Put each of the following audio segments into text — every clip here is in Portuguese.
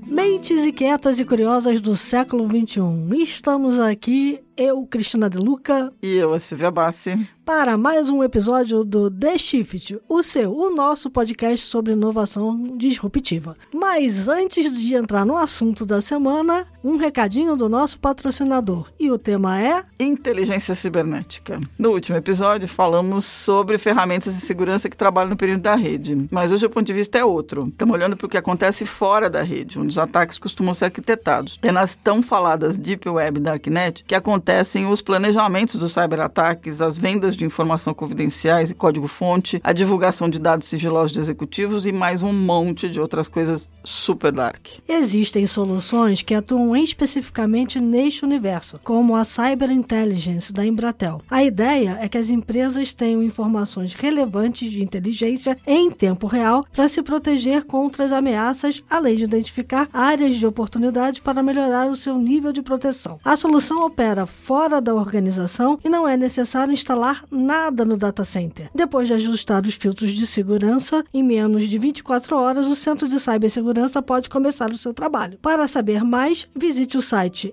Mentes inquietas e curiosas do século XXI. Estamos aqui, eu, Cristina De Luca. E eu, Silvia Bassi. Para mais um episódio do The Shift, o nosso podcast sobre inovação disruptiva. Mas antes de entrar no assunto da semana, um recadinho do nosso patrocinador. E o tema é... Inteligência cibernética. No último episódio, falamos sobre ferramentas de segurança que trabalham no período da rede. Mas hoje o ponto de vista é outro. Estamos olhando para o que acontece fora da rede, onde os ataques costumam ser arquitetados. É nas tão faladas Deep Web e Darknet que acontecem os planejamentos dos cyberataques, as vendas de informação confidenciais e código-fonte, a divulgação de dados sigilosos de executivos e mais um monte de outras coisas super dark. Existem soluções que atuam especificamente neste universo, como a Cyber Intelligence da Embratel. A ideia é que as empresas tenham informações relevantes de inteligência em tempo real para se proteger contra as ameaças, além de identificar áreas de oportunidade para melhorar o seu nível de proteção. A solução opera fora da organização e não é necessário instalar nada no data center. Depois de ajustar os filtros de segurança, em menos de 24 horas, o Centro de Cibersegurança pode começar o seu trabalho. Para saber mais, visite o site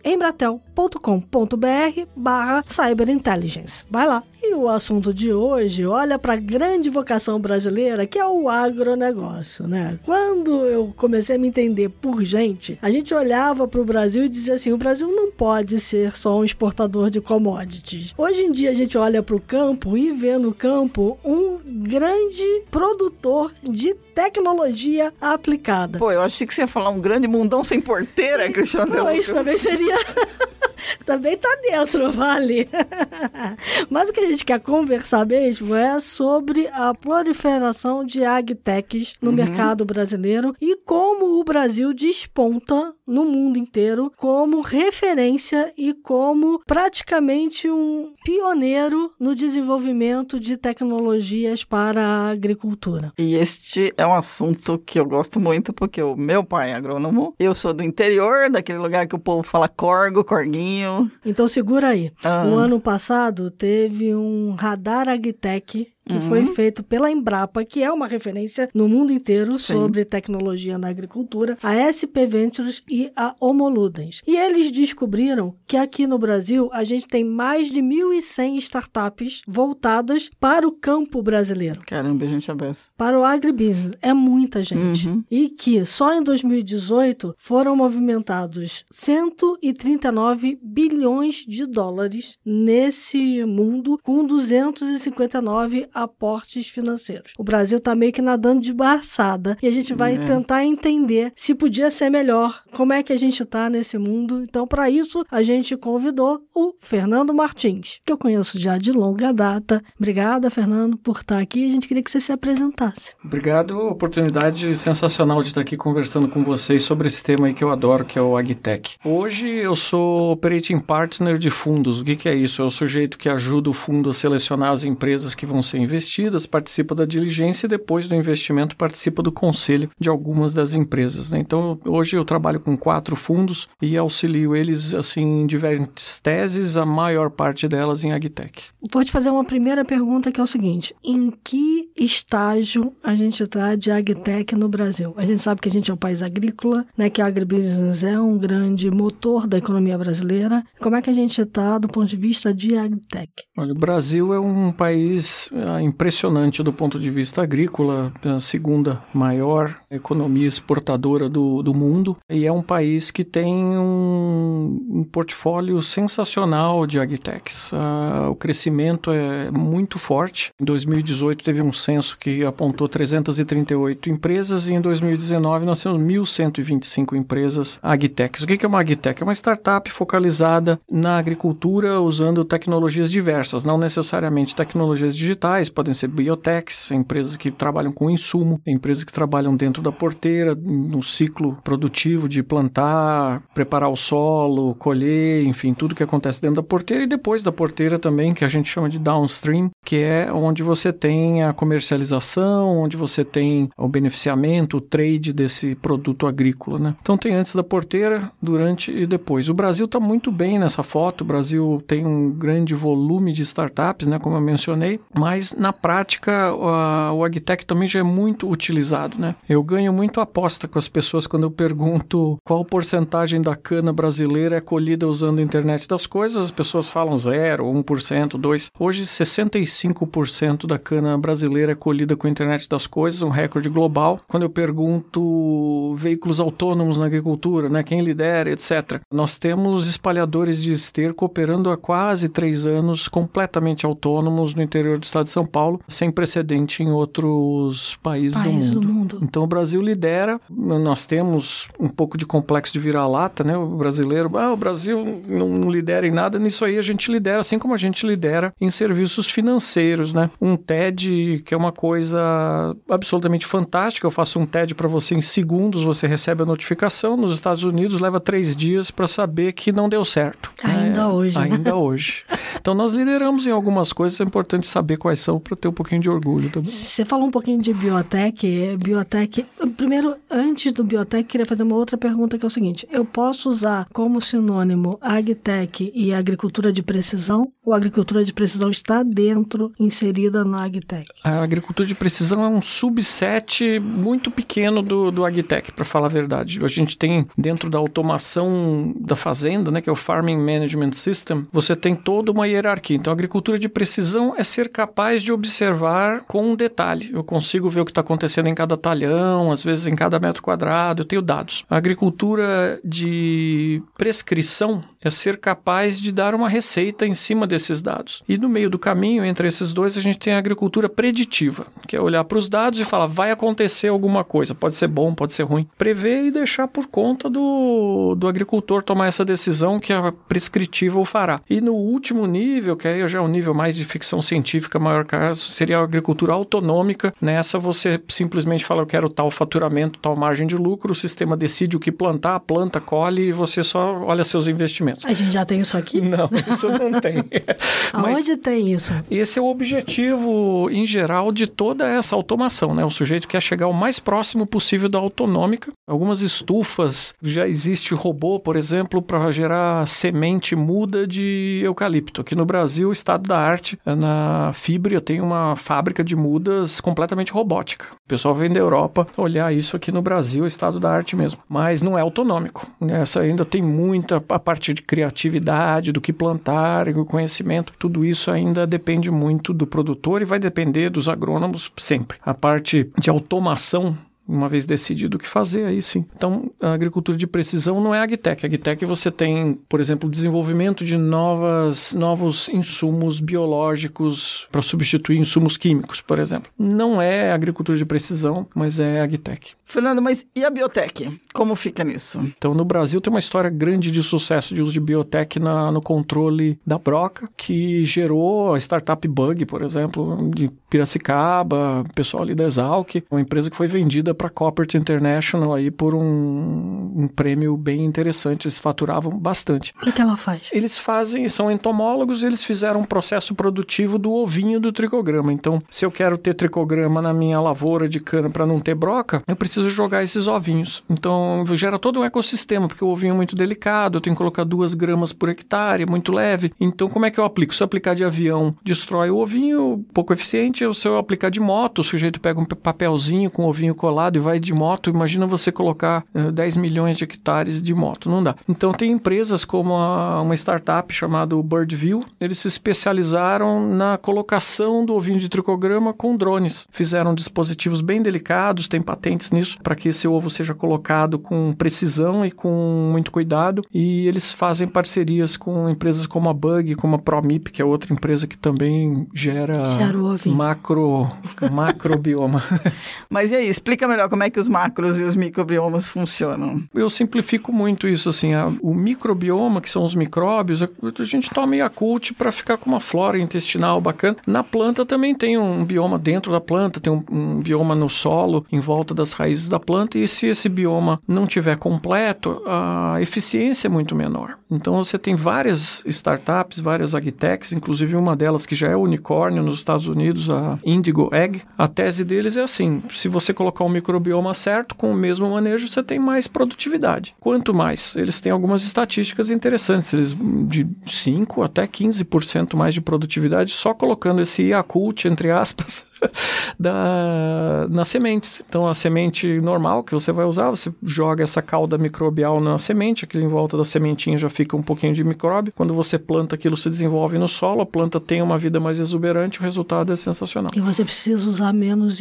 embratel.com.br/cyberintelligence. Vai lá! E o assunto de hoje olha para a grande vocação brasileira, que é o agronegócio, né? Quando eu comecei a me entender por gente, a gente olhava para o Brasil e dizia assim, o Brasil não pode ser só um exportador de commodities. Hoje em dia a gente olha para o campo e vê no campo um grande produtor de tecnologia aplicada. Pô, eu achei que você ia falar um grande mundão sem porteira, Cristiano. Não, isso também seria... Também tá dentro, vale. Mas o que a gente quer conversar mesmo é sobre a proliferação de agtechs no mercado brasileiro e como o Brasil desponta no mundo inteiro como referência e como praticamente um pioneiro no desenvolvimento de tecnologias para a agricultura. E este é um assunto que eu gosto muito porque o meu pai é agrônomo, eu sou do interior, daquele lugar que o povo fala corguinho. Então segura aí. O ano passado teve um radar agtech que foi feito pela Embrapa, que é uma referência no mundo inteiro sobre tecnologia na agricultura, a SP Ventures e a Homoludens. E eles descobriram que aqui no Brasil a gente tem mais de 1.100 startups voltadas para o campo brasileiro. Caramba, gente aberta. Para o agribusiness. É muita gente. E que só em 2018 foram movimentados 139 bilhões de dólares nesse mundo, com 259 aportes financeiros. O Brasil está meio que nadando de braçada e a gente vai tentar entender se podia ser melhor, como é que a gente está nesse mundo. Então, para isso, a gente convidou o Fernando Martins, que eu conheço já de longa data. Obrigada, Fernando, por estar aqui. A gente queria que você se apresentasse. Obrigado, oportunidade sensacional de estar aqui conversando com vocês sobre esse tema aí que eu adoro, que é o agtech. Hoje eu sou Operating Partner de fundos. O que é isso? É o sujeito que ajuda o fundo a selecionar as empresas que vão ser investidas, participa da diligência e depois do investimento participa do conselho de algumas das empresas, né? Então, hoje eu trabalho com 4 fundos e auxilio eles, assim, em diversas teses, a maior parte delas em agtech. Vou te fazer uma primeira pergunta que é o seguinte, em que estágio a gente está de agtech no Brasil? A gente sabe que a gente é um país agrícola, né, que a agribusiness é um grande motor da economia brasileira. Como é que a gente está do ponto de vista de agtech? Olha, o Brasil é um país impressionante do ponto de vista agrícola, a segunda maior economia exportadora do mundo, e é um país que tem um portfólio sensacional de agtechs. O crescimento é muito forte. Em 2018 teve um censo que apontou 338 empresas e em 2019 nós temos 1.125 empresas agtechs. O que é uma agtech? É uma startup focalizada na agricultura usando tecnologias diversas, não necessariamente tecnologias digitais, podem ser biotechs, empresas que trabalham com insumo, empresas que trabalham dentro da porteira, no ciclo produtivo de plantar, preparar o solo, colher, enfim, tudo que acontece dentro da porteira e depois da porteira também, que a gente chama de downstream, que é onde você tem a comercialização, onde você tem o beneficiamento, o trade desse produto agrícola, né? Então tem antes da porteira, durante e depois. O Brasil está muito bem nessa foto, o Brasil tem um grande volume de startups, né, como eu mencionei, mas mas na prática o AgTech também já é muito utilizado, né? Eu ganho muito aposta com as pessoas quando eu pergunto qual porcentagem da cana brasileira é colhida usando a internet das coisas. As pessoas falam 0, 1%, 2%. Hoje 65% da cana brasileira é colhida com a internet das coisas, um recorde global. Quando eu pergunto veículos autônomos na agricultura, né, quem lidera, etc. Nós temos espalhadores de esterco operando há quase 3 anos, completamente autônomos no interior do estado de São Paulo, sem precedente em outros países do mundo. Então o Brasil lidera, nós temos um pouco de complexo de vira-lata, né? O brasileiro, o Brasil não lidera em nada, nisso aí a gente lidera, assim como a gente lidera em serviços financeiros, né? Um TED, que é uma coisa absolutamente fantástica, eu faço um TED para você em segundos, você recebe a notificação, nos Estados Unidos leva 3 dias para saber que não deu certo. Ainda hoje, né? Ainda hoje. Então nós lideramos em algumas coisas, é importante saber quais são para ter um pouquinho de orgulho também. Você falou um pouquinho de biotech. Primeiro, antes do biotech, queria fazer uma outra pergunta que é o seguinte: eu posso usar como sinônimo agtech e agricultura de precisão? Ou a agricultura de precisão está inserida na agtech? A agricultura de precisão é um subset muito pequeno do agtech, para falar a verdade. A gente tem dentro da automação da fazenda, né, que é o Farming Management System, você tem toda uma hierarquia. Então a agricultura de precisão é ser capaz de observar com um detalhe. Eu consigo ver o que está acontecendo em cada talhão, às vezes em cada metro quadrado, eu tenho dados. A agricultura de prescrição é ser capaz de dar uma receita em cima desses dados. E no meio do caminho, entre esses dois, a gente tem a agricultura preditiva, que é olhar para os dados e falar, vai acontecer alguma coisa, pode ser bom, pode ser ruim. Prever e deixar por conta do agricultor tomar essa decisão que a prescritiva o fará. E no último nível, que aí já é um nível mais de ficção científica, maior caso, seria a agricultura autonômica. Nessa você simplesmente fala, eu quero tal faturamento, tal margem de lucro, o sistema decide o que plantar, planta, colhe e você só olha seus investimentos. A gente já tem isso aqui? Não, isso não tem. Aonde tem isso? Esse é o objetivo, em geral, de toda essa automação, né? O sujeito quer chegar o mais próximo possível da autonômica. Algumas estufas, já existe robô, por exemplo, para gerar semente muda de eucalipto. Aqui no Brasil, o estado da arte, na Fibria, tem uma fábrica de mudas completamente robótica. O pessoal vem da Europa olhar isso aqui no Brasil, estado da arte mesmo. Mas não é autonômico. Essa ainda tem muita a parte de criatividade, do que plantar, o conhecimento. Tudo isso ainda depende muito do produtor e vai depender dos agrônomos sempre. A parte de automação, uma vez decidido o que fazer, aí sim. Então, a agricultura de precisão não é agtech. Agtech você tem, por exemplo, desenvolvimento de novos insumos biológicos para substituir insumos químicos, por exemplo. Não é agricultura de precisão, mas é agtech. Fernando, mas e a biotech? Como fica nisso? Então, no Brasil tem uma história grande de sucesso de uso de biotech no controle da broca, que gerou a startup Bug, por exemplo, de Piracicaba, pessoal ali da Exalc, uma empresa que foi vendida para a Coopert International aí por um prêmio bem interessante. Eles faturavam bastante. O que ela faz? Eles são entomólogos, eles fizeram um processo produtivo do ovinho do tricograma. Então, se eu quero ter tricograma na minha lavoura de cana para não ter broca, eu preciso jogar esses ovinhos. Então, gera todo um ecossistema, porque o ovinho é muito delicado, eu tenho que colocar 2 gramas por hectare, é muito leve. Então, como é que eu aplico? Se eu aplicar de avião, destrói o ovinho, pouco eficiente. Se eu aplicar de moto, o sujeito pega um papelzinho com o ovinho colado e vai de moto. Imagina você colocar 10 milhões de hectares de moto, não dá. Então, tem empresas como uma startup chamada Birdview, eles se especializaram na colocação do ovinho de tricograma com drones. Fizeram dispositivos bem delicados, tem patentes nisso, para que esse ovo seja colocado com precisão e com muito cuidado, e eles fazem parcerias com empresas como a Bug, como a Promip, que é outra empresa que também gera macrobioma. Mas e aí, explica melhor como é que os macros e os microbiomas funcionam. Eu simplifico muito isso, assim, o microbioma, que são os micróbios, a gente toma Yakult para ficar com uma flora intestinal bacana. Na planta também tem um bioma dentro da planta, tem um bioma no solo, em volta das raízes da planta, e se esse bioma não tiver completo, a eficiência é muito menor. Então você tem várias startups, várias agtechs, inclusive uma delas que já é unicórnio nos Estados Unidos, a Indigo Egg. A tese deles é assim, se você colocar o microbioma certo, com o mesmo manejo, você tem mais produtividade. Quanto mais? Eles têm algumas estatísticas interessantes, eles de 5 até 15% mais de produtividade só colocando esse Yakult, entre aspas, nas sementes. Então, a semente normal que você vai usar, você joga essa cauda microbial na semente, aquilo em volta da sementinha já fica um pouquinho de micróbio. Quando você planta, aquilo se desenvolve no solo, a planta tem uma vida mais exuberante, o resultado é sensacional. E você precisa usar menos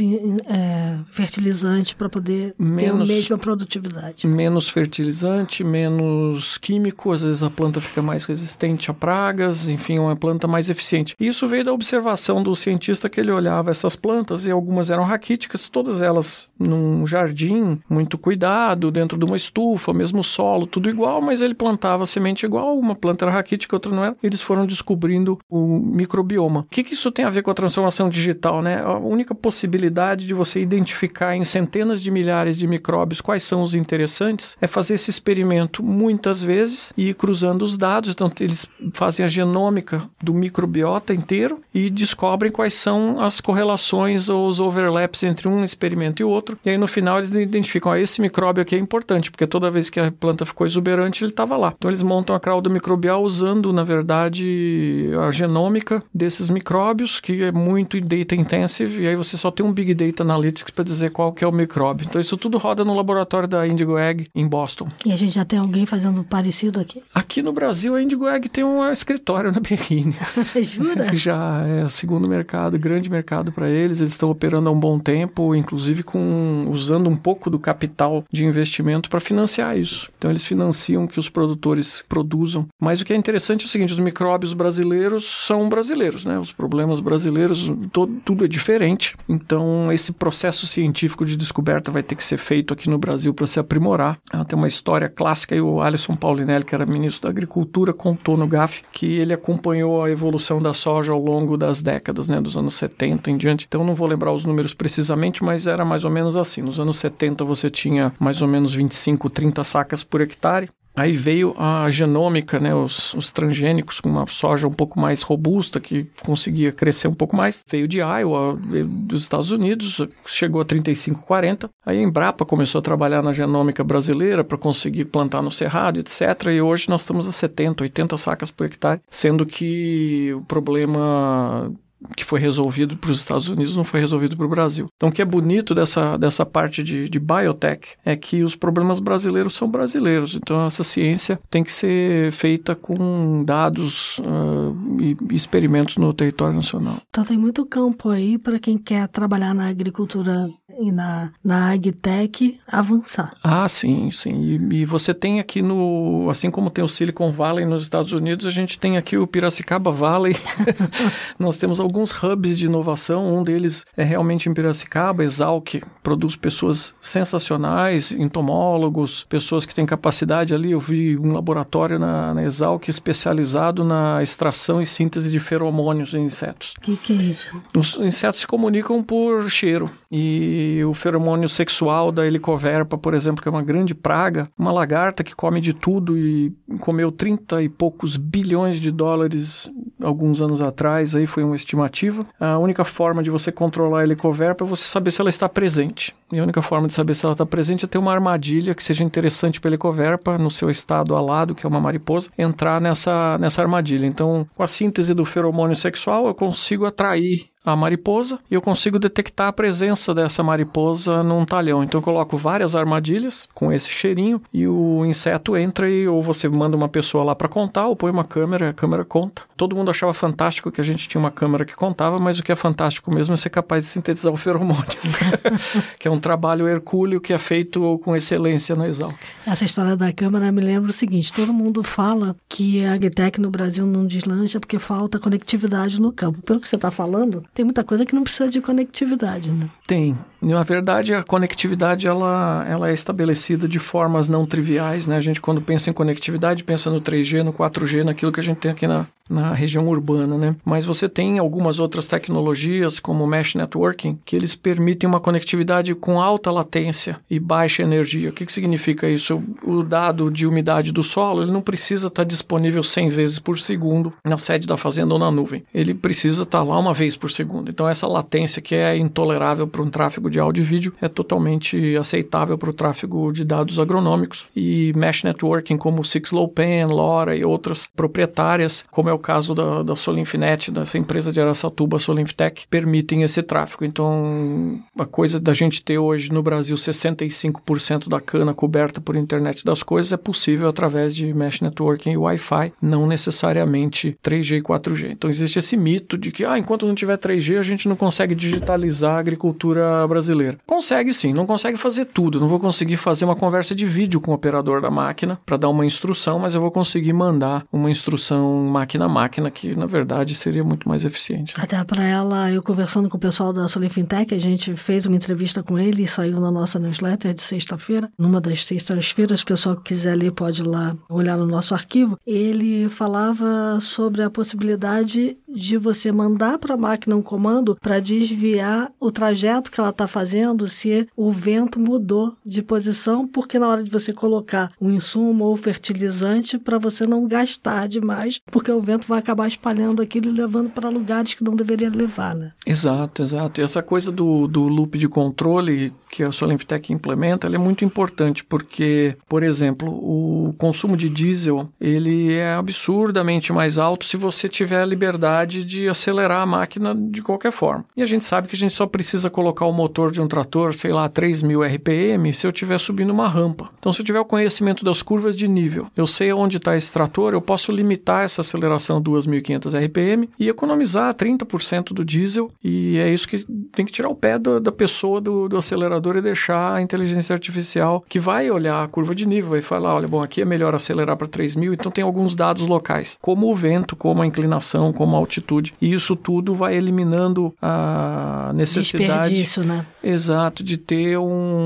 fertilizante para poder ter a mesma produtividade. Menos fertilizante, menos químico, às vezes a planta fica mais resistente a pragas, enfim, uma planta mais eficiente. Isso veio da observação do cientista que ele olhava essas plantas e algumas eram raquíticas, todas elas num jardim, muito cuidado, dentro de uma estufa, mesmo solo, tudo igual, mas ele plantava a semente igual, uma planta era raquítica, outra não era. Eles foram descobrindo o microbioma. O que isso tem a ver com a transformação digital, né? A única possibilidade de você identificar em centenas de milhares de micróbios quais são os interessantes é fazer esse experimento muitas vezes e ir cruzando os dados. Então, eles fazem a genômica do microbiota inteiro e descobrem quais são as correlações ou os overlaps entre um experimento e o outro. E aí, no final, eles identificam, esse micróbio aqui é importante, porque toda vez que a planta ficou exuberante, ele estava lá. Então, eles montam a cauda microbial usando, na verdade, a genômica desses micróbios, que é muito data intensive, e aí você só tem um Big Data Analytics para dizer qual que é o micróbio. Então, isso tudo roda no laboratório da Indigo Egg, em Boston. E a gente já tem alguém fazendo parecido aqui? Aqui no Brasil, a Indigo Egg tem um escritório na Berrini. Jura? Já é o segundo mercado, grande mercado para eles. Eles estão operando há um bom tempo, inclusive usando um pouco do capital de investimento para financiar isso. Então, eles financiam que os produtores produzam. Mas o que é interessante é o seguinte, os micróbios brasileiros são brasileiros, né? Os problemas brasileiros, tudo é diferente. Então, esse processo científico de descoberta vai ter que ser feito aqui no Brasil para se aprimorar. Tem uma história clássica, e o Alisson Paulinelli, que era ministro da Agricultura, contou no GAF que ele acompanhou a evolução da soja ao longo das décadas, né? Dos anos 70 em diante. Então, não vou lembrar os números precisamente, mas era mais ou menos assim. Nos anos 70, você tinha mais ou menos 25, 30 sacas por hectare. Aí veio a genômica, né, os transgênicos, com uma soja um pouco mais robusta, que conseguia crescer um pouco mais. Veio de Iowa, veio dos Estados Unidos, chegou a 35, 40. Aí a Embrapa começou a trabalhar na genômica brasileira para conseguir plantar no cerrado, etc. E hoje nós estamos a 70, 80 sacas por hectare, sendo que o problema que foi resolvido para os Estados Unidos não foi resolvido para o Brasil. Então, o que é bonito dessa parte de biotech é que os problemas brasileiros são brasileiros. Então, essa ciência tem que ser feita com dados e experimentos no território nacional. Então, tem muito campo aí para quem quer trabalhar na agricultura e na agtech avançar. Ah, sim, sim. E você tem aqui assim como tem o Silicon Valley nos Estados Unidos, a gente tem aqui o Piracicaba Valley. Nós temos alguns hubs de inovação, um deles é realmente em Piracicaba. Exalc produz pessoas sensacionais, entomólogos, pessoas que têm capacidade ali. Eu vi um laboratório na Exalc especializado na extração e síntese de feromônios em insetos. O que é isso? Os insetos se comunicam por cheiro. E o feromônio sexual da helicoverpa, por exemplo, que é uma grande praga, uma lagarta que come de tudo e comeu 30 e poucos bilhões de dólares alguns anos atrás, aí foi uma estimativa. A única forma de você controlar a helicoverpa é você saber se ela está presente. E a única forma de saber se ela está presente é ter uma armadilha que seja interessante para a helicoverpa, no seu estado alado, que é uma mariposa, entrar nessa armadilha. Então, com a síntese do feromônio sexual, eu consigo atrair a mariposa e eu consigo detectar a presença dessa mariposa num talhão. Então eu coloco várias armadilhas com esse cheirinho e o inseto entra e ou você manda uma pessoa lá para contar ou põe uma câmera e a câmera conta. Todo mundo achava fantástico que a gente tinha uma câmera que contava, mas o que é fantástico mesmo é ser capaz de sintetizar o feromônio, que é um trabalho hercúleo que é feito com excelência na Exalc. Essa história da câmera me lembra o seguinte, todo mundo fala que a agtech no Brasil não deslancha porque falta conectividade no campo. Pelo que você está falando, tem muita coisa que não precisa de conectividade, né? Tem. Na verdade, a conectividade ela é estabelecida de formas não triviais, né? A gente, quando pensa em conectividade, pensa no 3G, no 4G, naquilo que a gente tem aqui na região urbana, né? Mas você tem algumas outras tecnologias, como o Mesh Networking, que eles permitem uma conectividade com alta latência e baixa energia. O que significa isso? O dado de umidade do solo, ele não precisa estar disponível 100 vezes por segundo na sede da fazenda ou na nuvem. Ele precisa estar lá uma vez por segundo. Então, essa latência que é intolerável para um tráfego de áudio e vídeo é totalmente aceitável para o tráfego de dados agronômicos. E Mesh Networking, como 6LoWPAN, LoRa e outras proprietárias, como é o caso da Solinfinet, dessa empresa de Araçatuba, Solinftech, permitem esse tráfego. Então, a coisa da gente ter hoje no Brasil 65% da cana coberta por internet das coisas é possível através de Mesh Networking e Wi-Fi, não necessariamente 3G e 4G. Então, existe esse mito de que, enquanto não tiver 3G, a gente não consegue digitalizar a agricultura brasileira. Consegue sim, não consegue fazer tudo. Não vou conseguir fazer uma conversa de vídeo com o operador da máquina para dar uma instrução, mas eu vou conseguir mandar uma instrução máquina a máquina, que na verdade seria muito mais eficiente. Até para ela, eu conversando com o pessoal da Solinfintech, a gente fez uma entrevista com ele e saiu na nossa newsletter de sexta-feira. Numa das sextas-feiras, o pessoal que quiser ler pode ir lá olhar no nosso arquivo. Ele falava sobre a possibilidade de você mandar para a máquina um comando para desviar o trajeto que ela está fazendo se o vento mudou de posição, porque na hora de você colocar um insumo ou fertilizante, para você não gastar demais, porque o vento vai acabar espalhando aquilo e levando para lugares que não deveria levar, né? Exato. E essa coisa do loop de controle que a Solinftech implementa, ela é muito importante, porque, por exemplo, o consumo de diesel, ele é absurdamente mais alto se você tiver a liberdade de acelerar a máquina de qualquer forma. E a gente sabe que a gente só precisa colocar o motor de um trator, sei lá, 3.000 RPM, se eu estiver subindo uma rampa. Então, se eu tiver o conhecimento das curvas de nível, eu sei onde está esse trator, eu posso limitar essa aceleração a 2.500 RPM e economizar 30% do diesel, e é isso que tem que tirar o pé da pessoa do acelerador e deixar a inteligência artificial que vai olhar a curva de nível e falar, olha, bom, aqui é melhor acelerar para 3.000, então tem alguns dados locais, como o vento, como a inclinação, como a altitude, e isso tudo vai eliminando a necessidade... Desperdício, né? Exato, de ter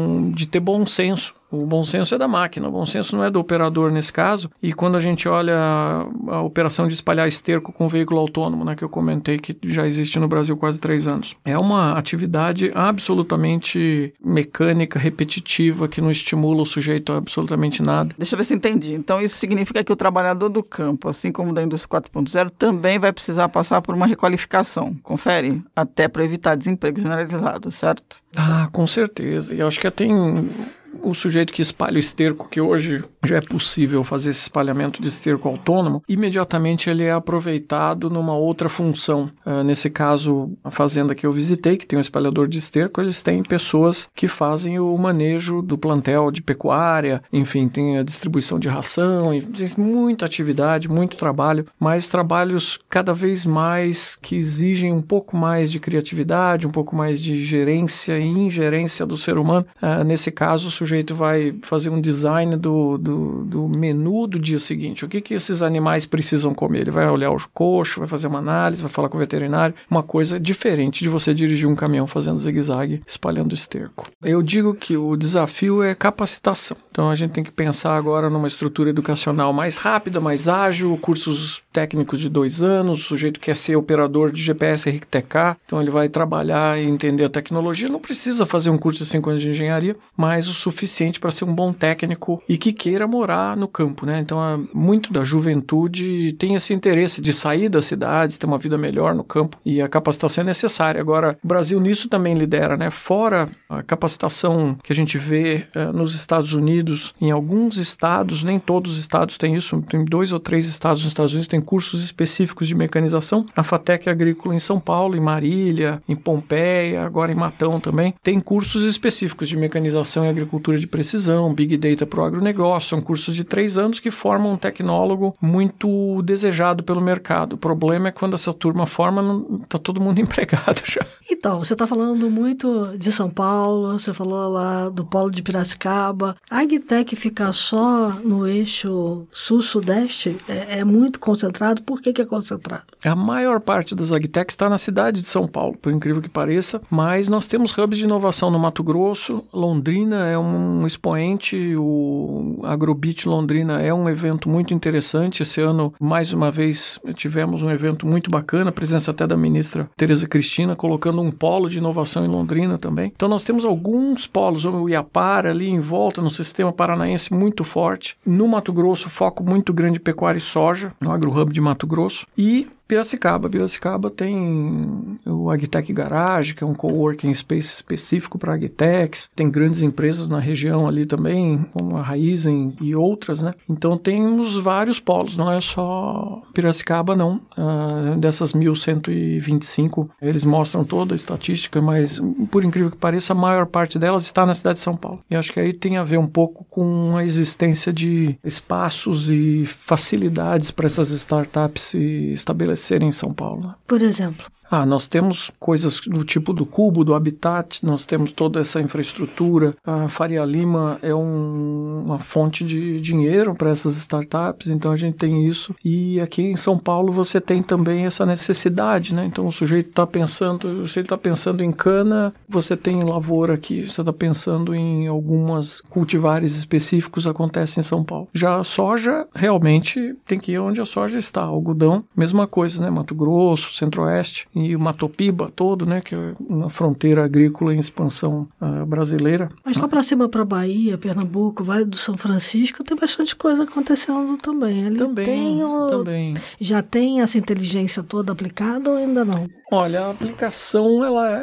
bom senso. O bom senso é da máquina, o bom senso não é do operador nesse caso. E quando a gente olha a operação de espalhar esterco com veículo autônomo, né, que eu comentei que já existe no Brasil há quase 3 anos, é uma atividade absolutamente mecânica, repetitiva, que não estimula o sujeito a absolutamente nada. Deixa eu ver se entendi. Então isso significa que o trabalhador do campo, assim como da indústria 4.0, também vai precisar passar por uma requalificação. Confere? Até para evitar desemprego generalizado, certo? Com certeza. E eu acho que tem... O sujeito que espalha o esterco, que hoje já é possível fazer esse espalhamento de esterco autônomo, imediatamente ele é aproveitado numa outra função. Nesse caso, a fazenda que eu visitei, que tem um espalhador de esterco, eles têm pessoas que fazem o manejo do plantel de pecuária, enfim, tem a distribuição de ração, tem muita atividade, muito trabalho, mas trabalhos cada vez mais que exigem um pouco mais de criatividade, um pouco mais de gerência e ingerência do ser humano. Nesse caso, o sujeito vai fazer um design do menu do dia seguinte. O que esses animais precisam comer? Ele vai olhar o coxo, vai fazer uma análise, vai falar com o veterinário. Uma coisa diferente de você dirigir um caminhão fazendo zigue-zague, espalhando esterco. Eu digo que o desafio é capacitação. Então a gente tem que pensar agora numa estrutura educacional mais rápida, mais ágil, cursos técnicos de 2 anos, o sujeito quer ser operador de GPS RTK, então ele vai trabalhar e entender a tecnologia, não precisa fazer um curso de 5 anos de engenharia, mas o suficiente para ser um bom técnico e que queira morar no campo, né? Então, muito da juventude tem esse interesse de sair das cidades, ter uma vida melhor no campo, e a capacitação é necessária. Agora, o Brasil nisso também lidera, né? Fora a capacitação que a gente vê nos Estados Unidos, em alguns estados, nem todos os estados têm isso, tem 2 ou 3 estados nos Estados Unidos, tem cursos específicos de mecanização. A FATEC Agrícola em São Paulo, em Marília, em Pompeia, agora em Matão também, tem cursos específicos de mecanização e agricultura de precisão, Big Data para o agronegócio. São cursos de 3 anos que formam um tecnólogo muito desejado pelo mercado. O problema é que quando essa turma forma, está todo mundo empregado já. Então, você está falando muito de São Paulo, você falou lá do polo de Piracicaba. A agtech ficar só no eixo sul-sudeste é muito concentrado? Por que é concentrado? A maior parte das agtechs está na cidade de São Paulo, por incrível que pareça, mas nós temos hubs de inovação no Mato Grosso. Londrina é um expoente, o Agrobit Londrina é um evento muito interessante. Esse ano, mais uma vez, tivemos um evento muito bacana, a presença até da ministra Tereza Cristina, colocando um polo de inovação em Londrina também. Então nós temos alguns polos, o Iapara ali em volta, no sistema paranaense muito forte. No Mato Grosso, foco muito grande em pecuária e soja, no AgroHub de Mato Grosso. E Piracicaba tem o Agtech Garage, que é um coworking space específico para agtechs. Tem grandes empresas na região ali também, como a Raizen e outras, né? Então temos vários polos, não é só Piracicaba, não. Dessas 1.125, eles mostram toda a estatística, mas por incrível que pareça, a maior parte delas está na cidade de São Paulo. E acho que aí tem a ver um pouco com a existência de espaços e facilidades para essas startups se estabelecerem em São Paulo. Por exemplo? Nós temos coisas do tipo do Cubo, do Habitat, nós temos toda essa infraestrutura. A Faria Lima é uma fonte de dinheiro para essas startups, então a gente tem isso. E aqui em São Paulo você tem também essa necessidade, né? Então o sujeito está pensando, se ele está pensando em cana, você tem lavoura aqui, você está pensando em algumas cultivares específicos, acontece em São Paulo. Já a soja, realmente tem que ir onde a soja está. Algodão, mesma coisa, né? Mato Grosso, Centro-Oeste. E o Matopiba todo, né, que é uma fronteira agrícola em expansão brasileira. Mas lá para cima, para Bahia, Pernambuco, Vale do São Francisco, tem bastante coisa acontecendo também. Ali também. Já tem essa inteligência toda aplicada ou ainda não? Olha, a aplicação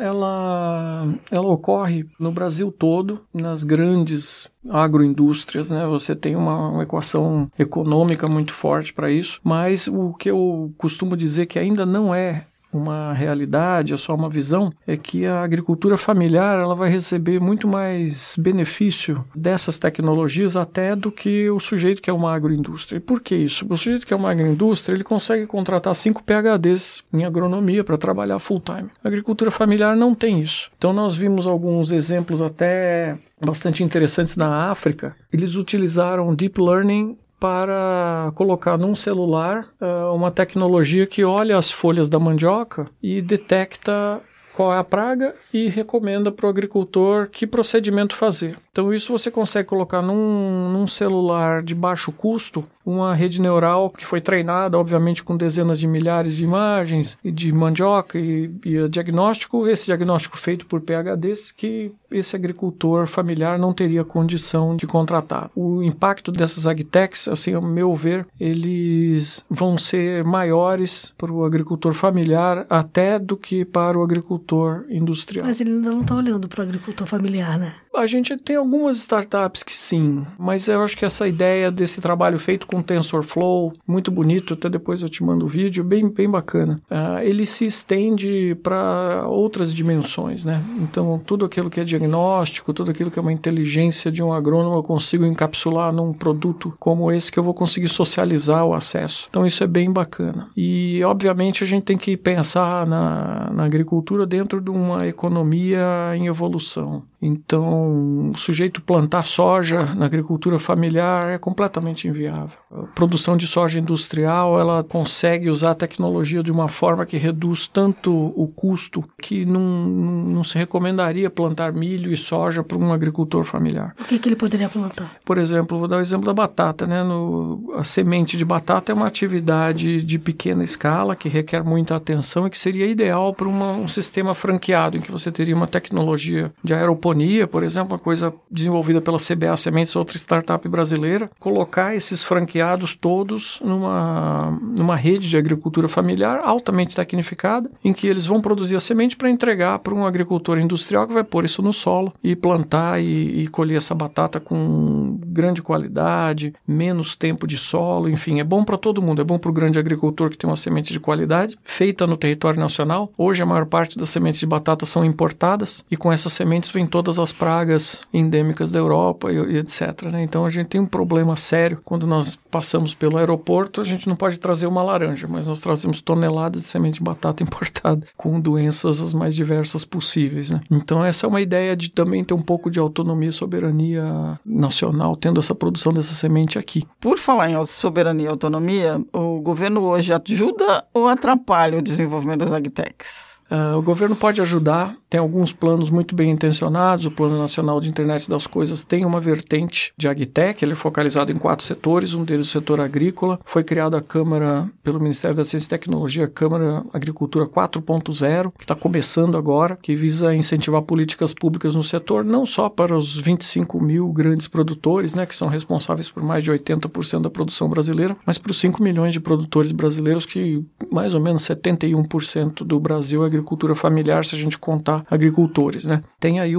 ela ocorre no Brasil todo, nas grandes agroindústrias, né? Você tem uma equação econômica muito forte para isso, mas o que eu costumo dizer que ainda não é uma realidade, é só uma visão, é que a agricultura familiar ela vai receber muito mais benefício dessas tecnologias até do que o sujeito que é uma agroindústria. E por que isso? O sujeito que é uma agroindústria, ele consegue contratar 5 PhDs em agronomia para trabalhar full time. A agricultura familiar não tem isso. Então nós vimos alguns exemplos até bastante interessantes na África. Eles utilizaram Deep Learning para colocar num celular uma tecnologia que olha as folhas da mandioca e detecta qual é a praga e recomenda para o agricultor que procedimento fazer. Então isso você consegue colocar num celular de baixo custo, uma rede neural que foi treinada, obviamente, com dezenas de milhares de imagens de mandioca e diagnóstico, esse diagnóstico feito por PhDs que esse agricultor familiar não teria condição de contratar. O impacto dessas agtechs, assim, ao meu ver, eles vão ser maiores para o agricultor familiar até do que para o agricultor industrial. Mas ele ainda não está olhando para o agricultor familiar, né? A gente tem algumas startups que sim, mas eu acho que essa ideia desse trabalho feito com TensorFlow, muito bonito, até depois eu te mando o vídeo, bem bacana. Ele se estende para outras dimensões, né? Então, tudo aquilo que é diagnóstico, tudo aquilo que é uma inteligência de um agrônomo, eu consigo encapsular num produto como esse que eu vou conseguir socializar o acesso. Então, isso é bem bacana. E, obviamente, a gente tem que pensar na agricultura dentro de uma economia em evolução. Então, o sujeito plantar soja na agricultura familiar é completamente inviável. A produção de soja industrial, ela consegue usar a tecnologia de uma forma que reduz tanto o custo que não se recomendaria plantar milho e soja para um agricultor familiar. O que ele poderia plantar? Por exemplo, vou dar o exemplo da batata, né? A semente de batata é uma atividade de pequena escala que requer muita atenção e que seria ideal para um sistema franqueado, em que você teria uma tecnologia de aeroponia, por exemplo, uma coisa desenvolvida pela CBA Sementes, outra startup brasileira, colocar esses franqueados todos numa rede de agricultura familiar altamente tecnificada, em que eles vão produzir a semente para entregar para um agricultor industrial que vai pôr isso no solo e plantar e colher essa batata com grande qualidade, menos tempo de solo, enfim, é bom para todo mundo, é bom para o grande agricultor que tem uma semente de qualidade, feita no território nacional. Hoje a maior parte das sementes de batata são importadas e com essas sementes vem toda todas as pragas endêmicas da Europa e etc. Né? Então a gente tem um problema sério. Quando nós passamos pelo aeroporto, a gente não pode trazer uma laranja, mas nós trazemos toneladas de semente de batata importada com doenças as mais diversas possíveis. Né? Então essa é uma ideia de também ter um pouco de autonomia e soberania nacional, tendo essa produção dessa semente aqui. Por falar em soberania e autonomia, o governo hoje ajuda ou atrapalha o desenvolvimento das agtechs? O governo pode ajudar, tem alguns planos muito bem intencionados. O Plano Nacional de Internet das Coisas tem uma vertente de agtech, ele é focalizado em 4 setores, um deles o setor agrícola. Foi criada a Câmara, pelo Ministério da Ciência e Tecnologia, a Câmara Agricultura 4.0, que está começando agora, que visa incentivar políticas públicas no setor, não só para os 25 mil grandes produtores, né, que são responsáveis por mais de 80% da produção brasileira, mas para os 5 milhões de produtores brasileiros, que mais ou menos 71% do Brasil é agricultura familiar, se a gente contar agricultores, né? Tem aí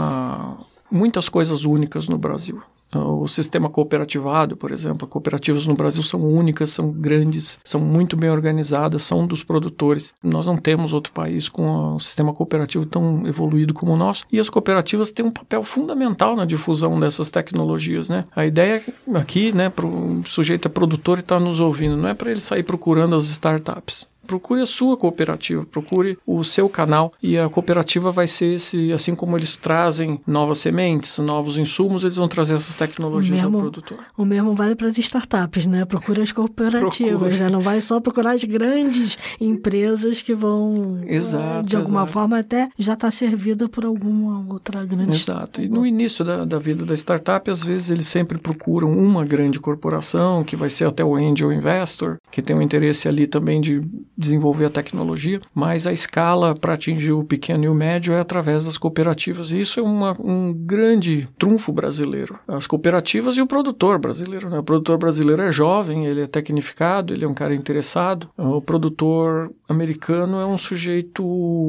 muitas coisas únicas no Brasil. O sistema cooperativado, por exemplo, cooperativas no Brasil são únicas, são grandes, são muito bem organizadas, são dos produtores. Nós não temos outro país com um sistema cooperativo tão evoluído como o nosso. E as cooperativas têm um papel fundamental na difusão dessas tecnologias, né? A ideia aqui, né, para o sujeito é produtor e está nos ouvindo, não é para ele sair procurando as startups. Procure a sua cooperativa, procure o seu canal, e a cooperativa vai ser assim como eles trazem novas sementes, novos insumos, eles vão trazer essas tecnologias ao produtor. O mesmo vale para as startups, né? Procure as cooperativas, né? Não vai só procurar as grandes empresas que vão, de alguma forma, até já estar servida por alguma outra grande startup. E no início da vida da startup, às vezes eles sempre procuram uma grande corporação, que vai ser até o angel investor, que tem um interesse ali também de desenvolver a tecnologia, mas a escala para atingir o pequeno e o médio é através das cooperativas, e isso é um grande trunfo brasileiro. As cooperativas e o produtor brasileiro, né? O produtor brasileiro é jovem, ele é tecnificado, ele é um cara interessado. O produtor americano é um sujeito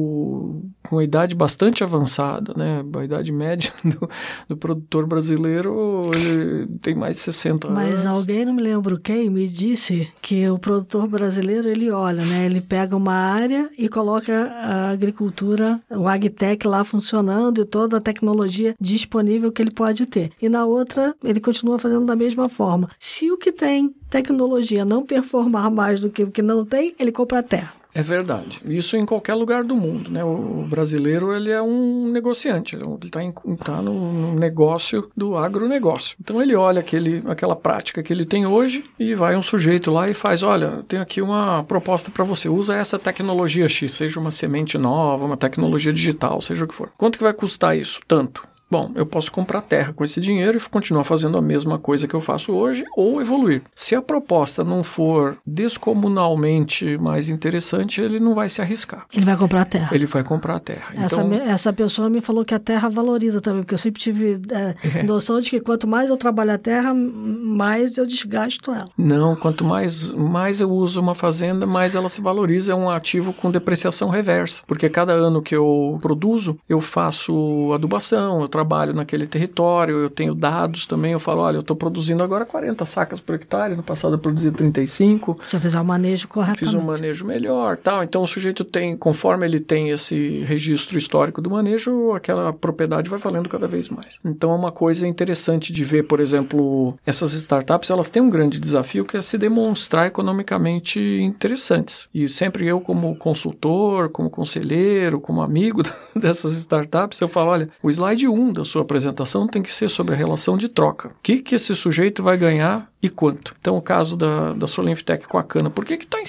com a idade bastante avançada, né? A idade média do produtor brasileiro ele tem mais de 60 anos. Mas alguém, não me lembro quem, me disse que o produtor brasileiro, ele olha, né? Ele pega uma área e coloca a agricultura, o agtech lá funcionando e toda a tecnologia disponível que ele pode ter. E na outra, ele continua fazendo da mesma forma. Se o que tem tecnologia não performar mais do que o que não tem, ele compra a terra. É verdade. Isso em qualquer lugar do mundo, né? O brasileiro, ele é um negociante, ele tá no negócio do agronegócio. Então ele olha aquela prática que ele tem hoje e vai um sujeito lá e faz, olha, tenho aqui uma proposta para você, usa essa tecnologia X, seja uma semente nova, uma tecnologia digital, seja o que for. Quanto que vai custar isso? Tanto. Bom, eu posso comprar terra com esse dinheiro e continuar fazendo a mesma coisa que eu faço hoje ou evoluir. Se a proposta não for descomunalmente mais interessante, ele não vai se arriscar. Ele vai comprar a terra. Ele vai comprar a terra. Essa pessoa me falou que a terra valoriza também, porque eu sempre tive noção de que quanto mais eu trabalho a terra, mais eu desgasto ela. Não, quanto mais eu uso uma fazenda, mais ela se valoriza. É um ativo com depreciação reversa, porque cada ano que eu produzo, eu faço adubação, eu trabalho naquele território, eu tenho dados também, eu falo, olha, eu estou produzindo agora 40 sacas por hectare, no passado eu produzia 35. Se eu fizer o manejo corretamente. Fiz um manejo melhor, tal. Então o sujeito tem, conforme ele tem esse registro histórico do manejo, aquela propriedade vai valendo cada vez mais. Então é uma coisa interessante de ver, por exemplo, essas startups, elas têm um grande desafio que é se demonstrar economicamente interessantes. E sempre eu, como consultor, como conselheiro, como amigo dessas startups, eu falo, olha, o slide 1 da sua apresentação tem que ser sobre a relação de troca. O que esse sujeito vai ganhar e quanto? Então, o caso da Solinftec com a cana, por que está em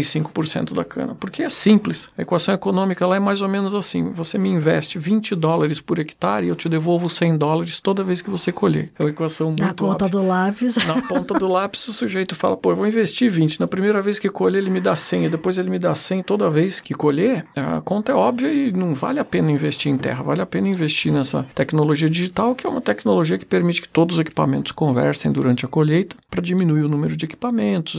65% da cana? Porque é simples. A equação econômica lá é mais ou menos assim. Você me investe $20 por hectare e eu te devolvo $100 toda vez que você colher. É uma equação muito óbvia. Na ponta do lápis. Na ponta do lápis, o sujeito fala, pô, eu vou investir 20. Na primeira vez que colher, ele me dá 100. E depois ele me dá 100 toda vez que colher. A conta é óbvia e não vale a pena investir em terra. Vale a pena investir nessa tecnologia digital, que é uma tecnologia que permite que todos os equipamentos conversem durante a colheita para diminuir o número de equipamentos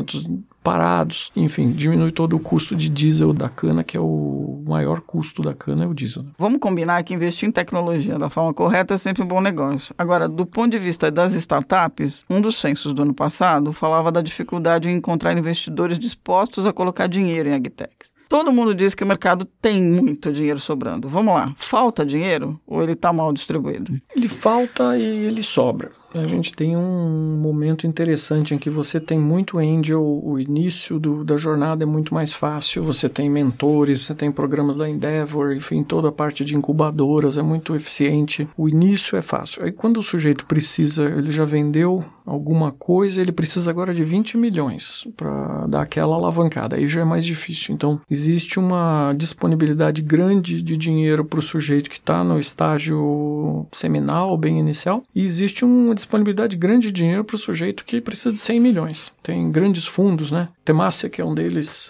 parados, enfim, diminui todo o custo de diesel da cana, que é o maior custo da cana, é o diesel. Vamos combinar que investir em tecnologia da forma correta é sempre um bom negócio. Agora, do ponto de vista das startups, um dos censos do ano passado falava da dificuldade em encontrar investidores dispostos a colocar dinheiro em agtechs. Todo mundo diz que o mercado tem muito dinheiro sobrando. Vamos lá, falta dinheiro ou ele está mal distribuído? Ele falta e ele sobra. A gente tem um momento interessante em que você tem muito angel, o início da jornada é muito mais fácil, você tem mentores, você tem programas da Endeavor, enfim, toda a parte de incubadoras é muito eficiente. O início é fácil. Aí quando o sujeito precisa, ele já vendeu alguma coisa, ele precisa agora de 20 milhões para dar aquela alavancada. Aí já é mais difícil. Então, existe uma disponibilidade grande de dinheiro para o sujeito que está no estágio seminal, bem inicial, e existe uma disponibilidade grande de dinheiro para o sujeito que precisa de 100 milhões. Tem grandes fundos, né? Temácia, que é um deles,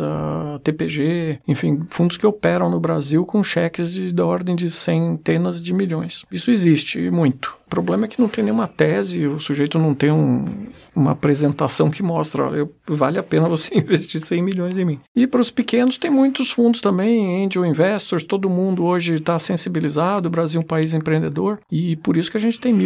TPG, enfim, fundos que operam no Brasil com cheques da ordem de centenas de milhões. Isso existe muito. O problema é que não tem nenhuma tese, o sujeito não tem uma apresentação que mostra, olha, vale a pena você investir 100 milhões em mim. E para os pequenos tem muitos fundos também, angel investors, todo mundo hoje está sensibilizado, o Brasil é um país empreendedor, e por isso que a gente tem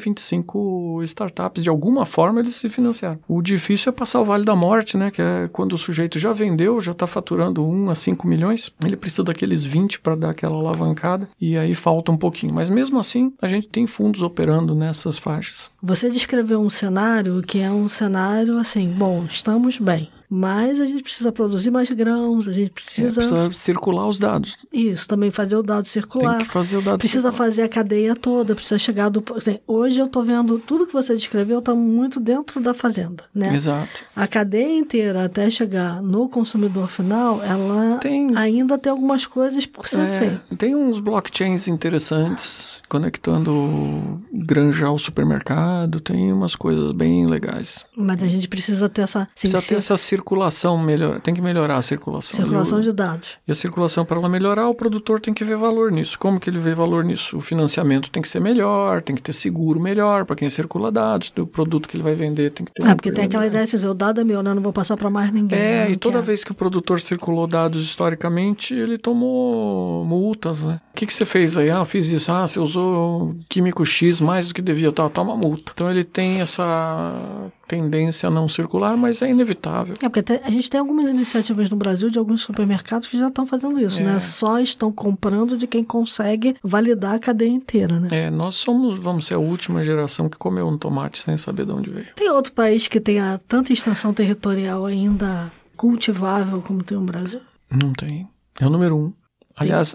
1.125 startups, de alguma forma eles se financiaram. O difícil é passar o Vale da Morte, né, que é quando o sujeito já vendeu, já está faturando 1 a 5 milhões, ele precisa daqueles 20 para dar aquela alavancada, e aí falta um pouquinho. Mas mesmo assim, a gente tem fundos operando nessas faixas. Você descreveu um cenário que é um cenário assim, bom, estamos bem. Mas a gente precisa produzir mais grãos, a gente precisa circular os dados. Isso, também fazer o dado circular. Tem que fazer o dado precisa circular. Fazer a cadeia toda, precisa chegar do... Assim, hoje eu estou vendo tudo que você descreveu está muito dentro da fazenda, né? Exato. A cadeia inteira até chegar no consumidor final, ela ainda tem algumas coisas por ser feita. Tem uns blockchains interessantes conectando granja ao supermercado, tem umas coisas bem legais. Mas a gente precisa ter essa... Precisa ter essa circulação melhor, tem que melhorar a circulação. Circulação de dados. E a circulação, para ela melhorar, o produtor tem que ver valor nisso. Como que ele vê valor nisso? O financiamento tem que ser melhor, tem que ter seguro melhor para quem circula dados, do produto que ele vai vender tem que ter... porque tem aquela ideia de dizer, o dado é meu, né? Não vou passar para mais ninguém. E toda vez que o produtor circulou dados historicamente, ele tomou multas, né? O que você fez aí? Eu fiz isso. Você usou químico X mais do que devia, toma multa. Então ele tem essa tendência a não circular, mas é inevitável. Porque a gente tem algumas iniciativas no Brasil de alguns supermercados que já estão fazendo isso, né? Só estão comprando de quem consegue validar a cadeia inteira, né? Nós vamos ser a última geração que comeu um tomate sem saber de onde veio. Tem outro país que tenha tanta extensão territorial ainda cultivável como tem o Brasil? Não tem. É o número 1. Aliás,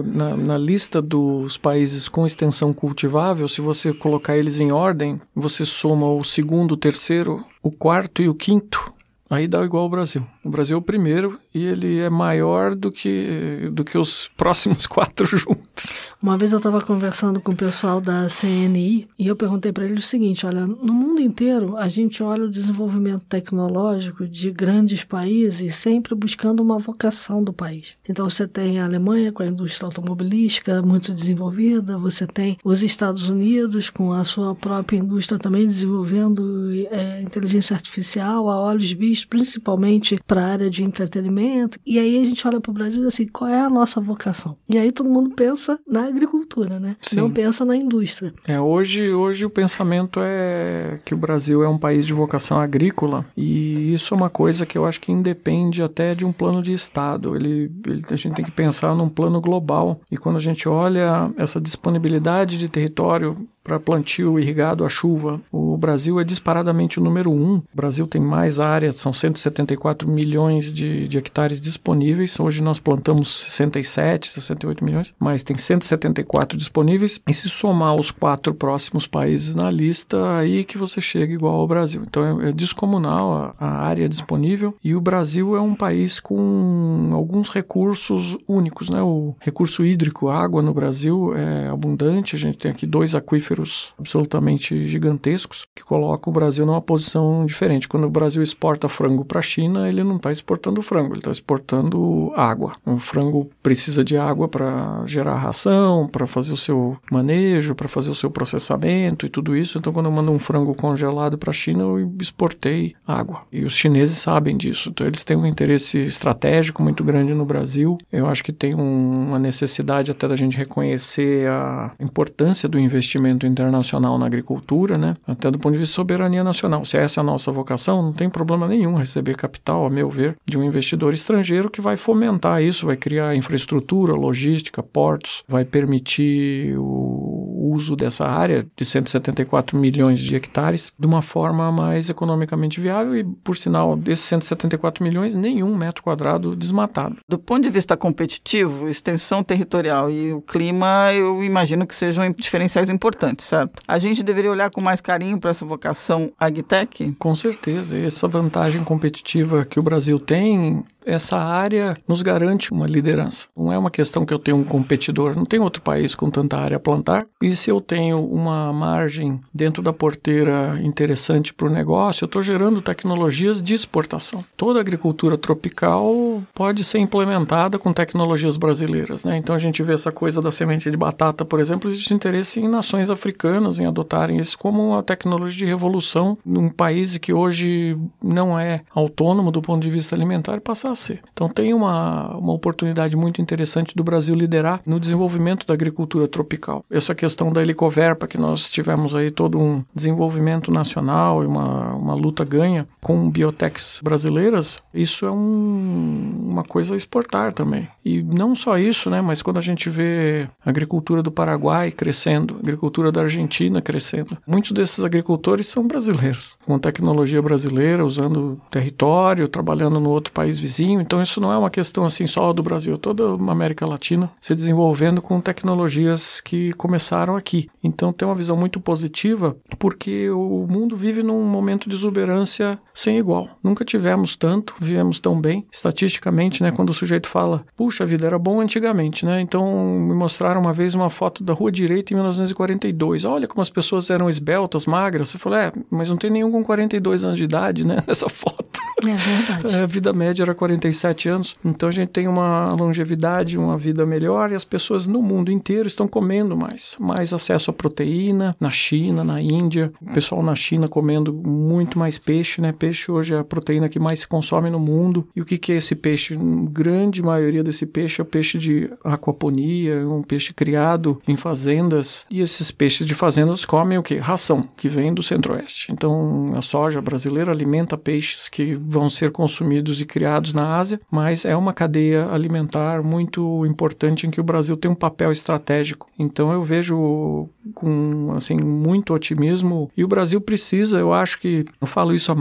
na lista dos países com extensão cultivável, se você colocar eles em ordem, você soma o segundo, o terceiro, o quarto e o quinto, aí dá igual ao Brasil. O Brasil é o primeiro e ele é maior do que os próximos 4 juntos. Uma vez eu estava conversando com o pessoal da CNI e eu perguntei para eles o seguinte, olha, no mundo inteiro a gente olha o desenvolvimento tecnológico de grandes países sempre buscando uma vocação do país. Então você tem a Alemanha com a indústria automobilística muito desenvolvida, você tem os Estados Unidos com a sua própria indústria também desenvolvendo inteligência artificial a olhos vistos, principalmente para a área de entretenimento. E aí a gente olha para o Brasil assim, qual é a nossa vocação? E aí todo mundo pensa na agricultura, né? Sim. Não pensa na indústria. Hoje o pensamento é que o Brasil é um país de vocação agrícola e isso é uma coisa que eu acho que independe até de um plano de Estado. A gente tem que pensar num plano global e quando a gente olha essa disponibilidade de território para plantio irrigado à chuva, o Brasil é disparadamente o número 1. O Brasil tem mais áreas, são 174 milhões de hectares disponíveis. Hoje nós plantamos 67, 68 milhões, mas tem 174 disponíveis. E se somar os 4 próximos países na lista, aí que você chega igual ao Brasil. Então é descomunal a área disponível e o Brasil é um país com alguns recursos únicos, né? O recurso hídrico, a água no Brasil é abundante. A gente tem aqui 2 aquíferos absolutamente gigantescos que colocam o Brasil numa posição diferente. Quando o Brasil exporta frango para a China, ele não está exportando frango, ele está exportando água. O frango precisa de água para gerar ração, para fazer o seu manejo, para fazer o seu processamento e tudo isso. Então, quando eu mando um frango congelado para a China, eu exportei água. E os chineses sabem disso. Então, eles têm um interesse estratégico muito grande no Brasil. Eu acho que tem uma necessidade até da gente reconhecer a importância do investimento reconhecimento internacional na agricultura, né? Até do ponto de vista de soberania nacional. Se essa é a nossa vocação, não tem problema nenhum receber capital, a meu ver, de um investidor estrangeiro que vai fomentar isso, vai criar infraestrutura, logística, portos, vai permitir o uso dessa área de 174 milhões de hectares de uma forma mais economicamente viável e, por sinal, desses 174 milhões, nenhum metro quadrado desmatado. Do ponto de vista competitivo, extensão territorial e o clima, eu imagino que sejam diferenciais importantes, certo? A gente deveria olhar com mais carinho para essa vocação agtech? Com certeza. Essa vantagem competitiva que o Brasil tem, essa área nos garante uma liderança. Não é uma questão que eu tenho um competidor, não tem outro país com tanta área a plantar. E se eu tenho uma margem dentro da porteira interessante para o negócio, eu estou gerando tecnologias de exportação. Toda a agricultura tropical pode ser implementada com tecnologias brasileiras, né? Então a gente vê essa coisa da semente de batata, por exemplo, existe interesse em nações africanas em adotarem isso como uma tecnologia de revolução num país que hoje não é autônomo do ponto de vista alimentar e passar a ser. Então tem uma oportunidade muito interessante do Brasil liderar no desenvolvimento da agricultura tropical. Essa questão da Helicoverpa, que nós tivemos aí todo um desenvolvimento nacional e uma luta ganha com biotechs brasileiras, isso é uma coisa a exportar também. E não só isso, né, mas quando a gente vê a agricultura do Paraguai crescendo, a agricultura da Argentina crescendo, muitos desses agricultores são brasileiros, com tecnologia brasileira, usando território, trabalhando no outro país vizinho. Então isso não é uma questão assim só do Brasil, toda a América Latina se desenvolvendo com tecnologias que começaram aqui. Então tem uma visão muito positiva, porque o mundo vive num momento de exuberância sem igual. Nunca tivemos tanto, vivemos tão bem. Estatisticamente, né, quando o sujeito fala, puxa vida, era bom antigamente, né? Então me mostraram uma vez uma foto da Rua Direita em 1942. Olha como as pessoas eram esbeltas, magras. Você falou, mas não tem nenhum com 42 anos de idade, né, nessa foto. É verdade. A vida média era 47 anos, então a gente tem uma longevidade, uma vida melhor e as pessoas no mundo inteiro estão comendo mais acesso à proteína, na China, na Índia, o pessoal na China comendo muito mais peixe, né? Peixe hoje é a proteína que mais se consome no mundo. E o que é esse peixe? A grande maioria desse peixe é peixe de aquaponia, um peixe criado em fazendas, e esses peixes de fazendas comem o quê? Ração, que vem do Centro-Oeste. Então a soja brasileira alimenta peixes que vão ser consumidos e criados na Ásia, mas é uma cadeia alimentar muito importante em que o Brasil tem um papel estratégico. Então eu vejo com assim, muito otimismo, e o Brasil precisa, eu acho que, eu falo isso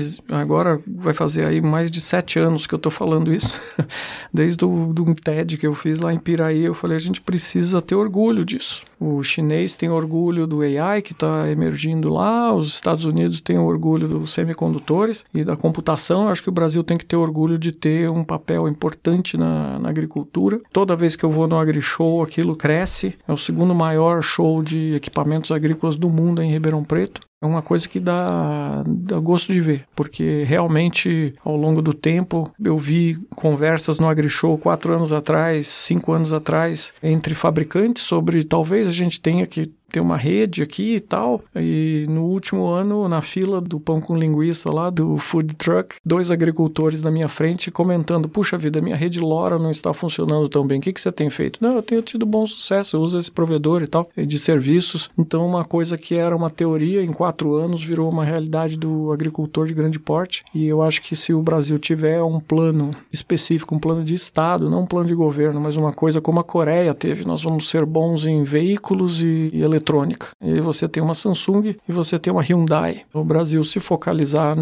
agora vai fazer aí mais de 7 anos que eu estou falando isso, desde um TED que eu fiz lá em Piraí, eu falei, a gente precisa ter orgulho disso. O chinês tem orgulho do AI que está emergindo lá, os Estados Unidos têm orgulho dos semicondutores e da computação. Eu acho que o Brasil tem que ter orgulho de ter um papel importante na agricultura. Toda vez que eu vou no AgriShow, aquilo cresce. É o segundo maior show de equipamentos agrícolas do mundo em Ribeirão Preto. É uma coisa que dá gosto de ver, porque realmente, ao longo do tempo, eu vi conversas no AgriShow 4 anos atrás, 5 anos atrás, entre fabricantes sobre talvez a gente tenha que ter uma rede aqui e tal, e no último ano, na fila do pão com linguiça lá, do food truck, 2 agricultores na minha frente comentando, puxa vida, minha rede LoRa não está funcionando tão bem, o que você tem feito? Não, eu tenho tido bom sucesso, eu uso esse provedor e tal, de serviços. Então uma coisa que era uma teoria, em 4 anos virou uma realidade do agricultor de grande porte, e eu acho que se o Brasil tiver um plano específico, um plano de Estado, não um plano de governo, mas uma coisa como a Coreia teve, nós vamos ser bons em veículos e eletrônica. E aí você tem uma Samsung e você tem uma Hyundai. O Brasil se focalizar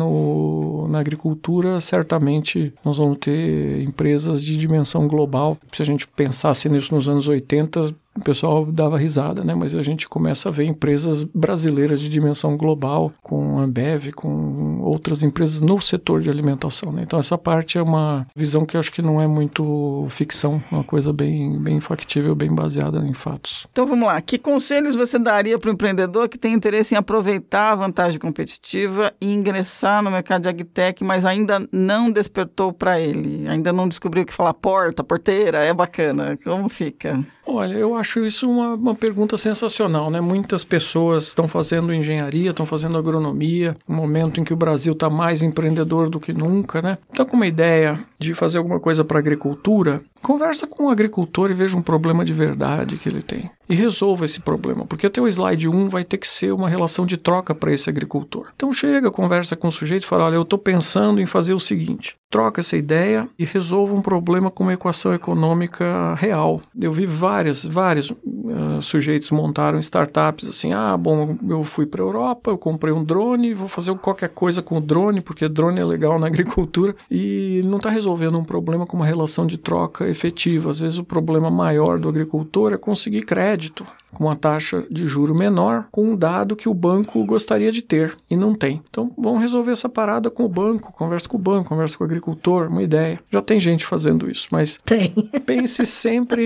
na agricultura, certamente nós vamos ter empresas de dimensão global. Se a gente pensasse nisso nos anos 80, o pessoal dava risada, né? Mas a gente começa a ver empresas brasileiras de dimensão global, com a Ambev, com outras empresas no setor de alimentação, né? Então essa parte é uma visão que eu acho que não é muito ficção, uma coisa bem factível, bem baseada em fatos. Então vamos lá, que conselhos você daria para o empreendedor que tem interesse em aproveitar a vantagem competitiva e ingressar no mercado de agtech, mas ainda não despertou para ele, ainda não descobriu que falar porteira, é bacana, como fica? Olha, eu acho isso uma pergunta sensacional, né? Muitas pessoas estão fazendo engenharia, estão fazendo agronomia, um momento em que o Brasil está mais empreendedor do que nunca, né? Então, com uma ideia de fazer alguma coisa para a agricultura, Conversa com o agricultor e veja um problema de verdade que ele tem. E resolva esse problema, porque até o slide 1 vai ter que ser uma relação de troca para esse agricultor. Então chega, conversa com o sujeito e fala, olha, eu estou pensando em fazer o seguinte, troca essa ideia e resolva um problema com uma equação econômica real. Eu vi vários sujeitos montaram startups assim, eu fui para a Europa, eu comprei um drone, vou fazer qualquer coisa com o drone, porque drone é legal na agricultura, e não está resolvendo um problema com uma relação de troca efetiva. Às vezes o problema maior do agricultor é conseguir crédito com uma taxa de juro menor, com um dado que o banco gostaria de ter e não tem. Então, vamos resolver essa parada com o banco, conversa com o agricultor, uma ideia. Já tem gente fazendo isso, mas pense sempre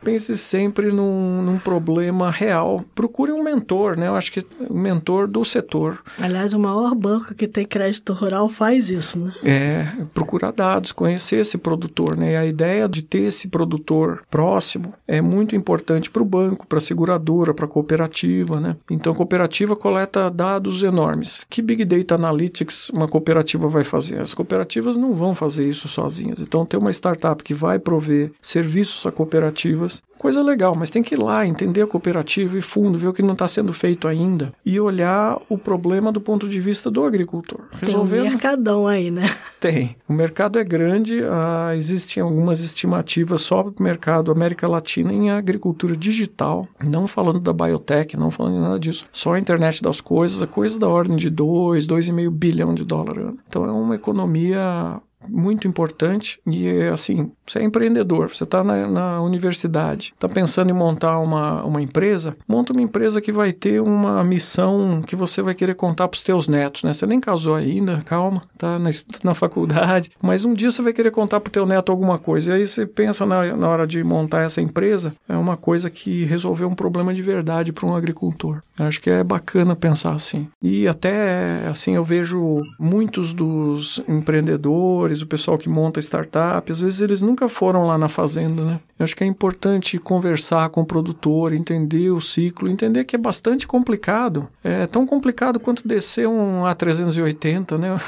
num problema real. Procure um mentor, né? Eu acho que um mentor do setor. Aliás, o maior banco que tem crédito rural faz isso, né? Procurar dados, conhecer esse produtor, né? E a ideia de ter esse produtor próximo é muito importante para o banco, para a seguradora, para a cooperativa, né? Então, a cooperativa coleta dados enormes. Que Big Data Analytics uma cooperativa vai fazer? As cooperativas não vão fazer isso sozinhas. Então, ter uma startup que vai prover serviços a cooperativas, coisa legal, mas tem que ir lá, entender a cooperativa e fundo, ver o que não está sendo feito ainda e olhar o problema do ponto de vista do agricultor. Tem um mercadão aí, né? Tem. O mercado é grande, existem algumas estimativas só para o mercado América Latina em agricultura digital, não falando da biotech, não falando de nada disso, só a internet das coisas, a coisa da ordem de 2,5 bilhão de dólares ano. Então é uma economia muito importante e, assim, você é empreendedor, você está na universidade, está pensando em montar uma empresa, monta uma empresa que vai ter uma missão que você vai querer contar para os teus netos, né? Você nem casou ainda, calma, está na faculdade, mas um dia você vai querer contar para o teu neto alguma coisa, e aí você pensa na hora de montar essa empresa, é uma coisa que resolveu um problema de verdade para um agricultor. Eu acho que é bacana pensar assim. E até, assim, eu vejo muitos dos empreendedores, o pessoal que monta startup, às vezes eles nunca foram lá na fazenda, né? Eu acho que é importante conversar com o produtor, entender o ciclo, entender que é bastante complicado. É tão complicado quanto descer um A380, né?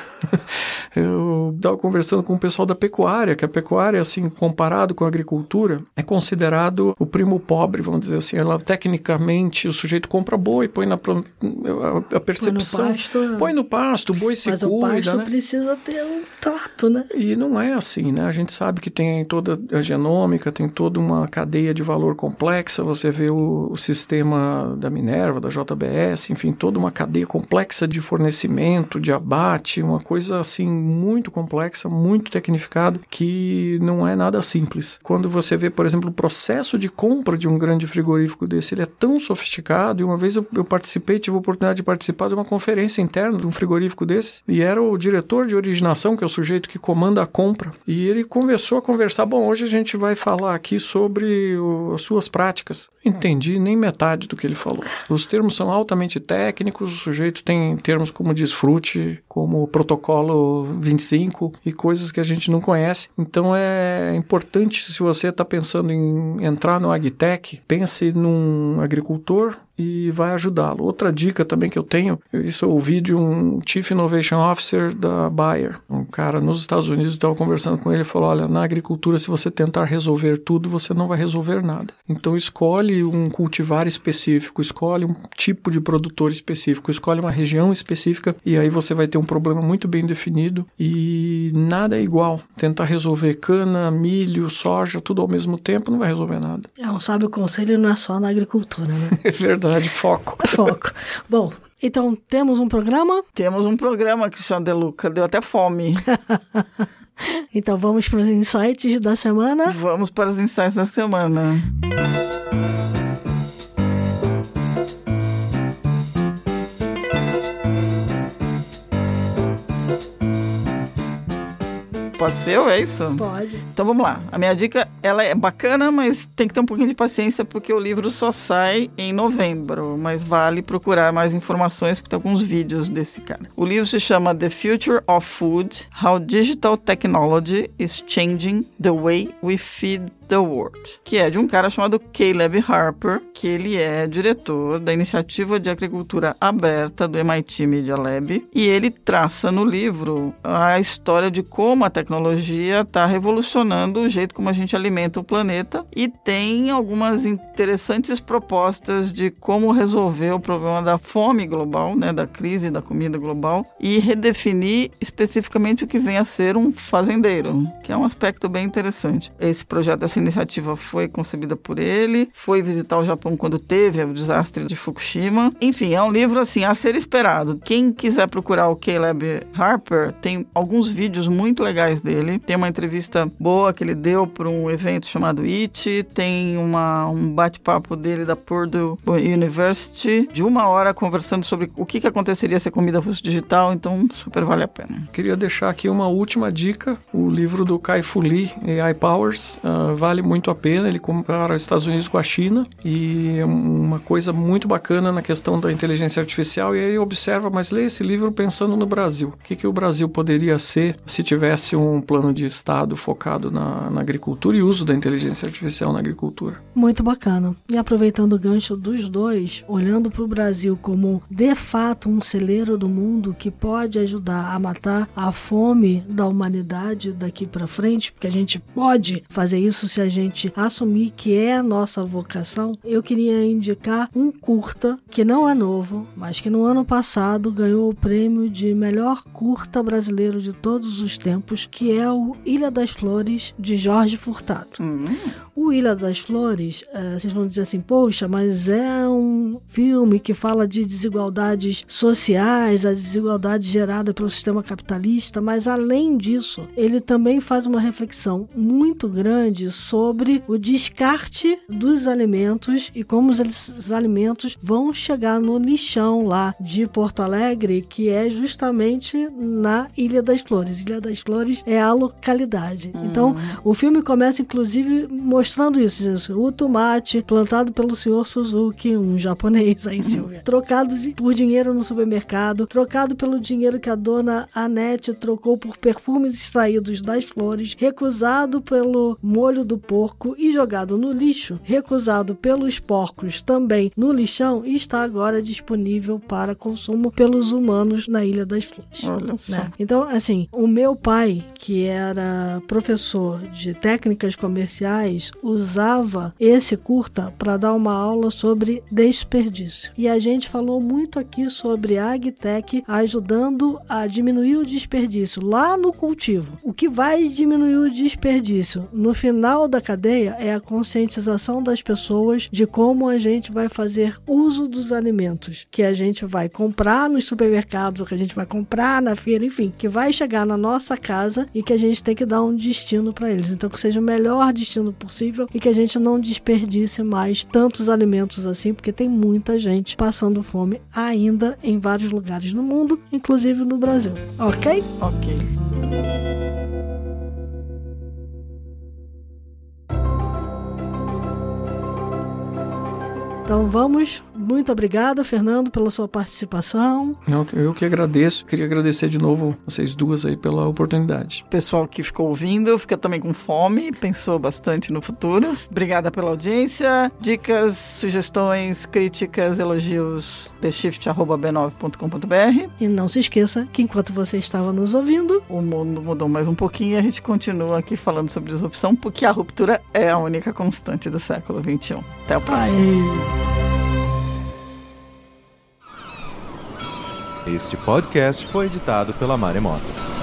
Eu estava conversando com o pessoal da pecuária, que a pecuária, assim, comparado com a agricultura, é considerado o primo pobre, vamos dizer assim. Ela, tecnicamente, o sujeito compra boi, põe na a percepção... Põe no pasto, o boi se cuida, né? Mas o pasto precisa ter um trato, né? E não é assim, né? A gente sabe que tem toda a genômica, tem toda uma cadeia de valor complexa. Você vê o sistema da Minerva, da JBS, enfim, toda uma cadeia complexa de fornecimento, de abate, uma coisa assim muito complexa, muito tecnificada, que não é nada simples. Quando você vê, por exemplo, o processo de compra de um grande frigorífico desse, ele é tão sofisticado, e uma vez eu tive a oportunidade de participar de uma conferência interna de um frigorífico desse, e era o diretor de originação, que é o sujeito que comanda a compra, e ele começou a conversar, hoje a gente vai falar aqui sobre as suas práticas. Não entendi nem metade do que ele falou. Os termos são altamente técnicos, o sujeito tem termos como desfrute, como protocolo 25 e coisas que a gente não conhece. Então é importante, se você está pensando em entrar no AgTech, pense num agricultor e vai ajudá-lo. Outra dica também que eu tenho, isso eu ouvi de um Chief Innovation Officer da Bayer. Um cara nos Estados Unidos, eu estava conversando com ele e falou, olha, na agricultura, se você tentar resolver tudo, você não vai resolver nada. Então escolhe um cultivar específico, escolhe um tipo de produtor específico, escolhe uma região específica e aí você vai ter um problema muito bem definido e nada é igual. Tentar resolver cana, milho, soja, tudo ao mesmo tempo não vai resolver nada. Um sábio conselho não é só na agricultura, né? É verdade. Foco. Bom, então temos um programa? Temos um programa, Cristiano De Luca. Deu até fome. Então vamos para os insights da semana? Vamos para os insights da semana. Pode ser ou é isso? Pode. Então vamos lá. A minha dica, ela é bacana, mas tem que ter um pouquinho de paciência porque o livro só sai em novembro, mas vale procurar mais informações porque tem alguns vídeos desse cara. O livro se chama The Future of Food: How Digital Technology is Changing the Way We Feed the World, que é de um cara chamado Caleb Harper, que ele é diretor da Iniciativa de Agricultura Aberta do MIT Media Lab, e ele traça no livro a história de como a tecnologia está revolucionando o jeito como a gente alimenta o planeta, e tem algumas interessantes propostas de como resolver o problema da fome global, né, da crise da comida global, e redefinir especificamente o que vem a ser um fazendeiro, que é um aspecto bem interessante. Esse projeto, essa iniciativa foi concebida por ele, foi visitar o Japão quando teve o desastre de Fukushima. Enfim, é um livro assim a ser esperado. Quem quiser procurar o Caleb Harper, tem alguns vídeos muito legais dele. Tem uma entrevista boa que ele deu para um evento chamado IT, tem um bate-papo dele da Purdue University, de 1 hora conversando sobre o que aconteceria se a comida fosse digital, então super vale a pena. Queria deixar aqui uma última dica, o livro do Kai-Fu Lee, AI Powers, vale muito a pena, ele compara os Estados Unidos com a China, e é uma coisa muito bacana na questão da inteligência artificial, e aí observa, mas lê esse livro pensando no Brasil. O que o Brasil poderia ser se tivesse um plano de Estado focado na agricultura e uso da inteligência artificial na agricultura. Muito bacana. E aproveitando o gancho dos dois, olhando para o Brasil como, de fato, um celeiro do mundo que pode ajudar a matar a fome da humanidade daqui para frente, porque a gente pode fazer isso se a gente assumir que é a nossa vocação, eu queria indicar um curta que não é novo, mas que no ano passado ganhou o prêmio de melhor curta brasileiro de todos os tempos, que é o Ilha das Flores, de Jorge Furtado. O Ilha das Flores, vocês vão dizer assim, poxa, mas é um filme que fala de desigualdades sociais, a desigualdade gerada pelo sistema capitalista, mas além disso, ele também faz uma reflexão muito grande sobre o descarte dos alimentos e como esses alimentos vão chegar no lixão lá de Porto Alegre, que é justamente na Ilha das Flores. Ilha das Flores é a localidade. Então, o filme começa, inclusive, mostrando isso. O tomate plantado pelo senhor Suzuki, um japonês aí, Silvia, trocado por dinheiro no supermercado, trocado pelo dinheiro que a dona Anete trocou por perfumes extraídos das flores, recusado pelo molho do porco e jogado no lixo, recusado pelos porcos também no lixão, e está agora disponível para consumo pelos humanos na Ilha das Flores. Olha só. Né? Então, assim, o meu pai, que era professor de técnicas comerciais, usava esse curta para dar uma aula sobre desperdício. E a gente falou muito aqui sobre a AgTech ajudando a diminuir o desperdício lá no cultivo. O que vai diminuir o desperdício no final da cadeia é a conscientização das pessoas de como a gente vai fazer uso dos alimentos que a gente vai comprar nos supermercados, ou que a gente vai comprar na feira, enfim, que vai chegar na nossa casa e que a gente tem que dar um destino para eles. Então, que seja o melhor destino possível e que a gente não desperdice mais tantos alimentos assim, porque tem muita gente passando fome ainda em vários lugares no mundo, inclusive no Brasil. Ok? Ok. Então vamos. Muito obrigada, Fernando, pela sua participação. Eu que agradeço. Queria agradecer de novo vocês duas aí pela oportunidade. Pessoal que ficou ouvindo, fica também com fome, pensou bastante no futuro. Obrigada pela audiência. Dicas, sugestões, críticas, elogios, theshift@b9.com.br. E não se esqueça que enquanto você estava nos ouvindo, o mundo mudou mais um pouquinho e a gente continua aqui falando sobre disrupção, porque a ruptura é a única constante do século XXI. Até o próximo. Este podcast foi editado pela Maremoto.